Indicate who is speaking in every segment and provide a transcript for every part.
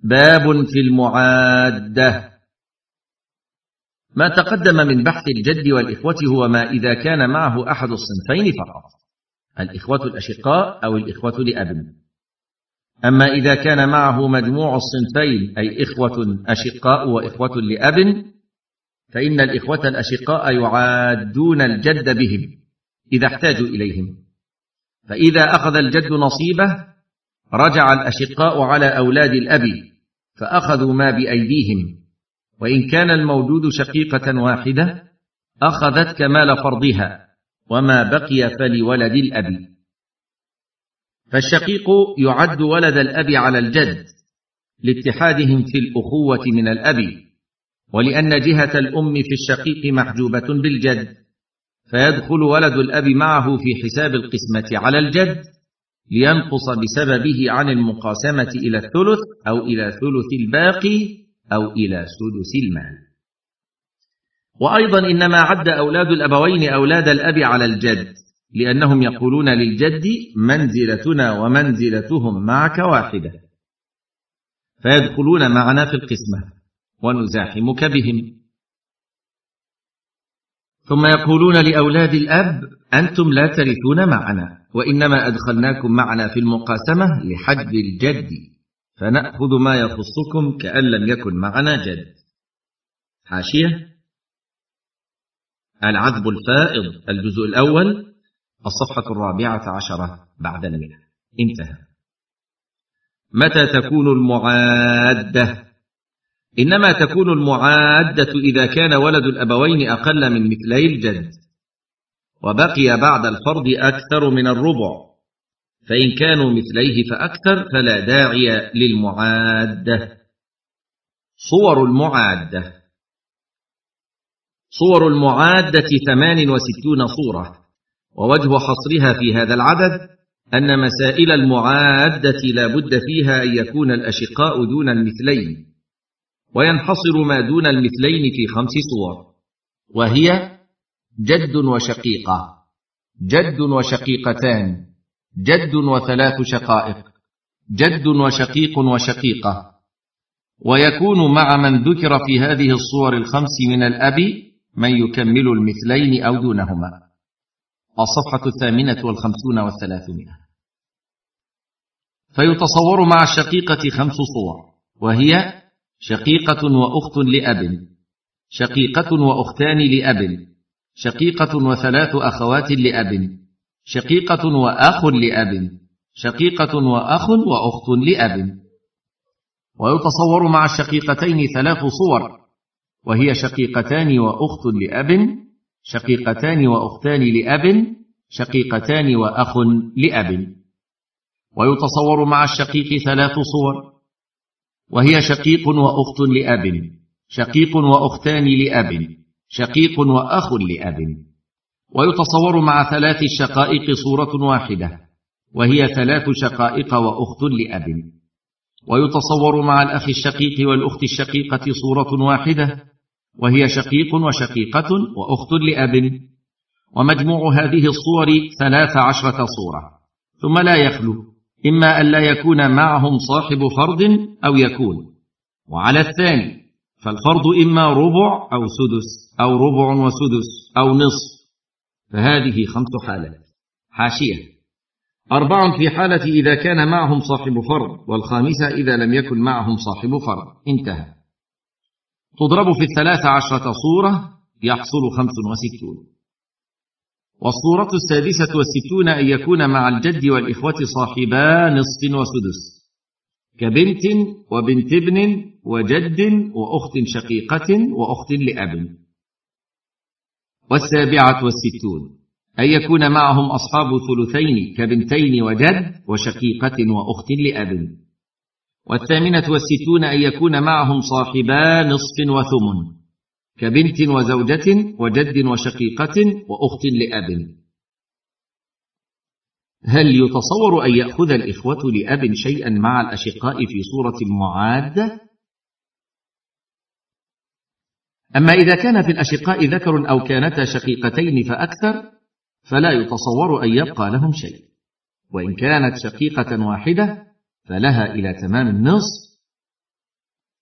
Speaker 1: باب في المعادة. ما تقدم من بحث الجد والإخوة هو ما إذا كان معه أحد الصنفين فقط، الإخوة الأشقاء أو الإخوة لأب. أما إذا كان معه مجموع الصنفين أي إخوة أشقاء وإخوة لأب، فإن الإخوة الأشقاء يعادون الجد بهم إذا احتاجوا إليهم، فإذا أخذ الجد نصيبه رجع الأشقاء على أولاد الأب فأخذوا ما بأيديهم، وإن كان المولود شقيقة واحدة أخذت كمال فرضها، وما بقي فلولد الأب. فالشقيق يعد ولد الأب على الجد لاتحادهم في الأخوة من الأب، ولأن جهة الأم في الشقيق محجوبة بالجد، فيدخل ولد الأب معه في حساب القسمة على الجد لينقص بسببه عن المقاسمة إلى الثلث أو إلى ثلث الباقي أو إلى سدس المال. وأيضا إنما عد أولاد الأبوين أولاد الأب على الجد، لأنهم يقولون للجد منزلتنا ومنزلتهم معك واحدة، فيدخلون معنا في القسمة ونزاحمك بهم. ثم يقولون لأولاد الأب أنتم لا ترثون معنا، وإنما أدخلناكم معنا في المقاسمة لحجب الجد، فنأخذ ما يخصكم كأن لم يكن معنا جد. حاشية: العذب الفائض، الجزء الأول، الصفحة 14 بعد 100. انتهى. متى تكون المعادة؟ إنما تكون المعادة إذا كان ولد الأبوين أقل من مثلي الجد، وبقي بعد الفرض أكثر من الربع، فإن كانوا مثليه فأكثر فلا داعي للمعادة. صور المعادة: صور المعادة 68 صورة، ووجه حصرها في هذا العدد أن مسائل المعادة لا بد فيها أن يكون الأشقاء دون المثلين، وينحصر ما دون المثلين في 5 صور، وهي جد وشقيقة، جد وشقيقتان، جد و3 شقائق، جد وشقيق وشقيقة. ويكون مع من ذكر في هذه الصور ال5 من الأب من يكمل المثلين أو دونهما. الصفحة 58 و300. فيتصور مع الشقيقة 5 صور، وهي شقيقة وأخت لأب، شقيقة وأختان لأب، شقيقة و3 أخوات لأب، شقيقة وأخ لأب، شقيقة وأخ وأخت لأب. ويتصور مع الشقيقتين 3 صور، وهي شقيقتان وأخت لأب، شقيقتان وأختان لأب، شقيقتان وأخ لأب. ويتصور مع الشقيق 3 صور، وهي شقيق وأخت لأب، شقيق وأختان لأب، شقيق وأخ لأب. ويتصور مع 3 الشقائق صورة واحدة، وهي 3 شقائق وأخت لأب. ويتصور مع الأخ الشقيق والأخت الشقيقة صورة واحدة، وهي شقيق وشقيقة وأخت لأب. ومجموع هذه الصور 13 صورة. ثم لا يخلو إما أن لا يكون معهم صاحب فرض أو يكون، وعلى الثاني فالفرض إما ربع أو سدس أو ربع وسدس أو نصف، فهذه 5 حالات. حاشية: 4 في حالة إذا كان معهم صاحب فرض، والخامسة إذا لم يكن معهم صاحب فرض. انتهى. تضرب في 13 صورة يحصل 65. والصورة 66 أن يكون مع الجد والإخوة صاحبا نصف وسدس، كبنت وبنت ابن وجد وأخت شقيقة وأخت لأب. والسابعة 60 أن يكون معهم أصحاب ثلثين كبنتين وجد وشقيقة وأخت لأب. والثامنة 60 أن يكون معهم صاحبا نصف وثمن، كبنت وزوجة وجد وشقيقة وأخت لأب. هل يتصور أن يأخذ الإخوة لأب شيئا مع الأشقاء في صورة المعادة؟ أما إذا كان في الأشقاء ذكر أو كانتا شقيقتين فأكثر فلا يتصور أن يبقى لهم شيء، وإن كانت شقيقة واحدة فلها إلى تمام النصف،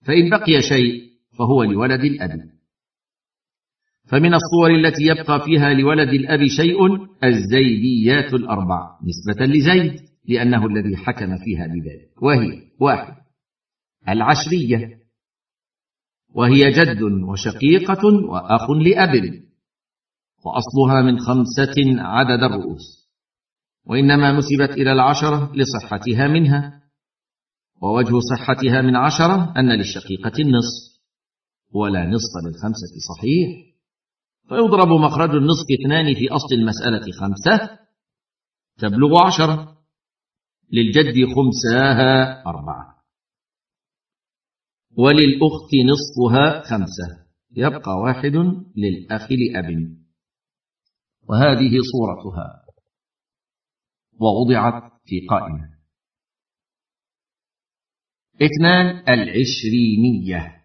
Speaker 1: فإن بقي شيء فهو لولد الأب. فمن الصور التي يبقى فيها لولد الأب شيء الزيديات الأربع نسبة لزيد لأنه الذي حكم فيها بذلك، وهي: 1 العشرية، وهي جد وشقيقة وأخ لأب، وأصلها من 5 عدد الرؤوس، وإنما نسبت إلى 10 لصحتها منها. ووجه صحتها من 10 أن للشقيقة النصف، ولا نصف لل5 صحيح، فيضرب مخرج النصف 2 في أصل المسألة 5 تبلغ 10، للجد خمساها 4، وللأخت نصفها 5، يبقى 1 للأخ لأب. وهذه صورتها، ووضعت في قائمة. 2 العشرينية،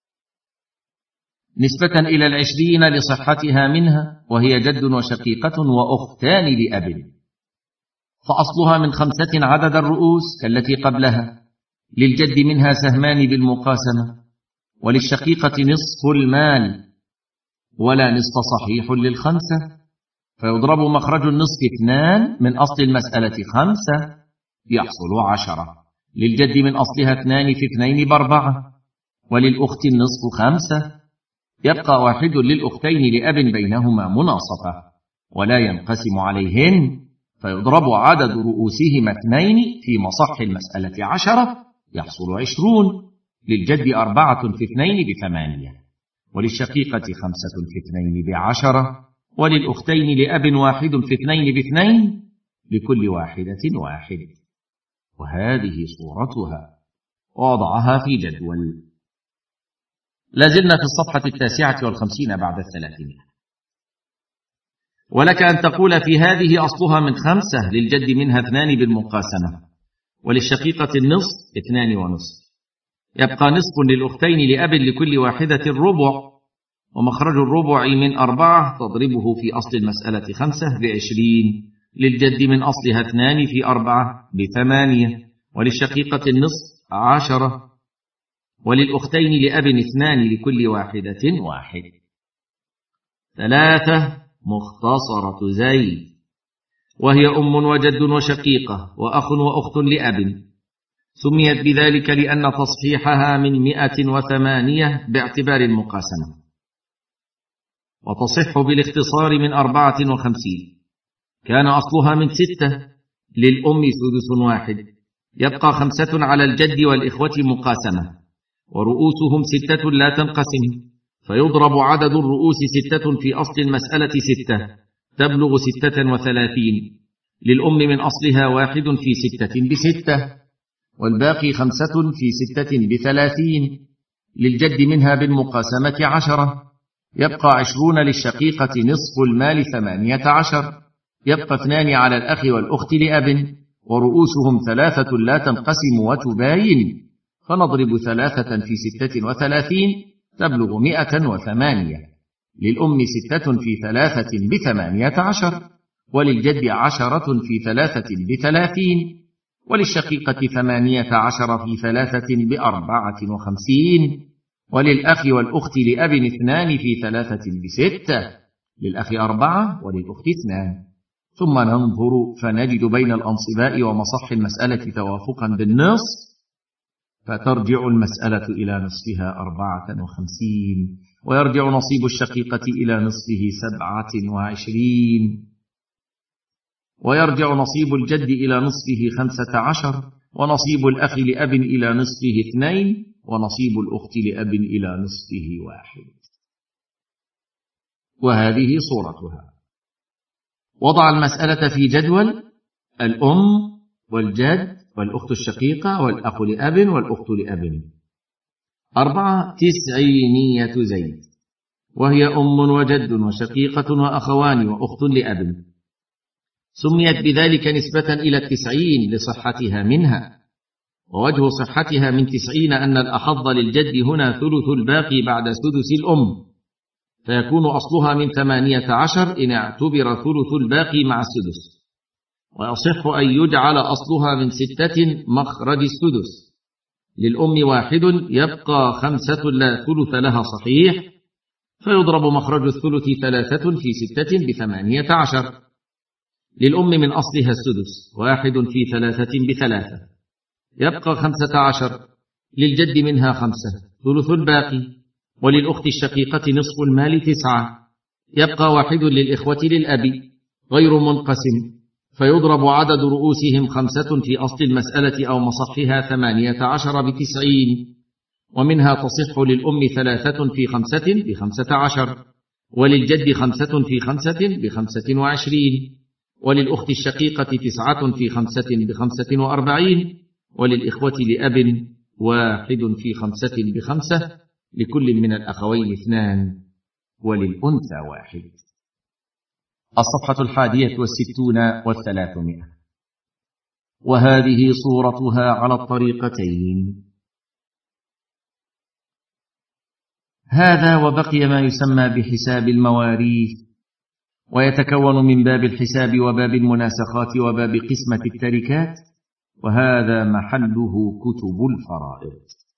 Speaker 1: نسبة إلى 20 لصحتها منها، وهي جد وشقيقة وأختان لأب، فأصلها من 5 عدد الرؤوس كالتي قبلها، للجد منها سهمان بالمقاسمة، وللشقيقة نصف المال، ولا نصف صحيح لل5، فيضرب مخرج النصف 2 من أصل المسألة 5 يحصل 10، للجد من أصلها 2 في 2 ب4، وللأخت النصف 5، يبقى 1 للأختين لأب بينهما مناصفة ولا ينقسم عليهن، فيضرب عدد رؤوسهما 2 في مصح المسألة 10 يحصل 20، للجد 4 في 2 ب8، وللشقيقة 5 في 2 ب10، وللأختين لأب 1 في 2 ب2، لكل واحدة 1. وهذه صورتها، ووضعها في جدول. لازلنا في الصفحة 59 بعد 300. ولك أن تقول في هذه أصلها من 5 للجد منها 2 بالمقاسمة، وللشقيقة النصف 2 ونصف، يبقى نصف للأختين لأب لكل واحدة ربع، ومخرج الربع من 4 تضربه في أصل المسألة 5 ب20، للجد من أصلها 2 في 4 ب8، وللشقيقة النصف 10، وللأختين لأب 2 لكل واحدة 1. 3 مختصرة زيد، وهي أم وجد وشقيقة وأخ وأخت لأب، سميت بذلك لأن تصحيحها من 108 باعتبار المقاسمة، وتصح بالاختصار من 54. كان أصلها من 6 للأم سدس 1، يبقى 5 على الجد والإخوة مقاسمة، ورؤوسهم 6 لا تنقسم، فيضرب عدد الرؤوس 6 في أصل المسألة 6 تبلغ 36، للأم من أصلها 1 في 6 ب6، والباقي 5 في 6 ب30، للجد منها بالمقاسمة 10، يبقى 20 للشقيقة نصف المال 18، يبقى 2 على الأخ والأخت لأب، ورؤوسهم 3 لا تنقسم وتباين، فنضرب 3 في 36 تبلغ 108، للأم 6 في 3 ب18، وللجد 10 في 3 ب30، وللشقيقة 18 في 3 ب54، وللأخ والأخت لأب 2 في 3 ب6، للأخ 4 وللأخت 2. ثم ننظر فنجد بين الأنصباء ومصح المسألة توافقا بالنصف، فترجع المسألة إلى نصفها 54، ويرجع نصيب الشقيقة إلى نصفه 27، ويرجع نصيب الجد إلى نصفه 15، ونصيب الأخ لأب إلى نصفه 2، ونصيب الأخت لأب إلى نصفه 1. وهذه صورتها. وضع المسألة في جدول: الأم والجد والأخت الشقيقة والأخ لأب والأخت لأب. 4 تسعينية زيد، وهي أم وجد وشقيقة وأخوان وأخت لأب، سميت بذلك نسبة إلى 90 لصحتها منها، ووجه صحتها من 90 أن الأحظ للجد هنا ثلث الباقي بعد سدس الأم، فيكون أصلها من 18 إن اعتبر ثلث الباقي مع السدس، ويصح أن يجعل أصلها من 6 مخرج السدس، للأم 1 يبقى 5 لا ثلث لها صحيح، فيضرب مخرج الثلث 3 في 6 ب18. للأم من أصلها السدس 1 في 3 ب3 يبقى 15. للجد منها 5 ثلث الباقي. وللأخت الشقيقة نصف المال 9 يبقى 1 للإخوة للأب غير منقسم، فيضرب عدد رؤوسهم 5 في أصل المسألة أو مصحها 18 ب90. ومنها تصح للأم 3 في 5 ب15، وللجد 5 في 5 ب25، وللأخت الشقيقة 9 في 5 ب45، وللإخوة لأب 1 في 5 ب5، لكل من الأخوين 2، وللأنثى 1. الصفحة 61 و300. وهذه صورتها على الطريقتين. هذا وبقي ما يسمى بحساب المواريث، ويتكون من باب الحساب وباب المناسخات وباب قسمة التركات، وهذا محله كتب الفرائض.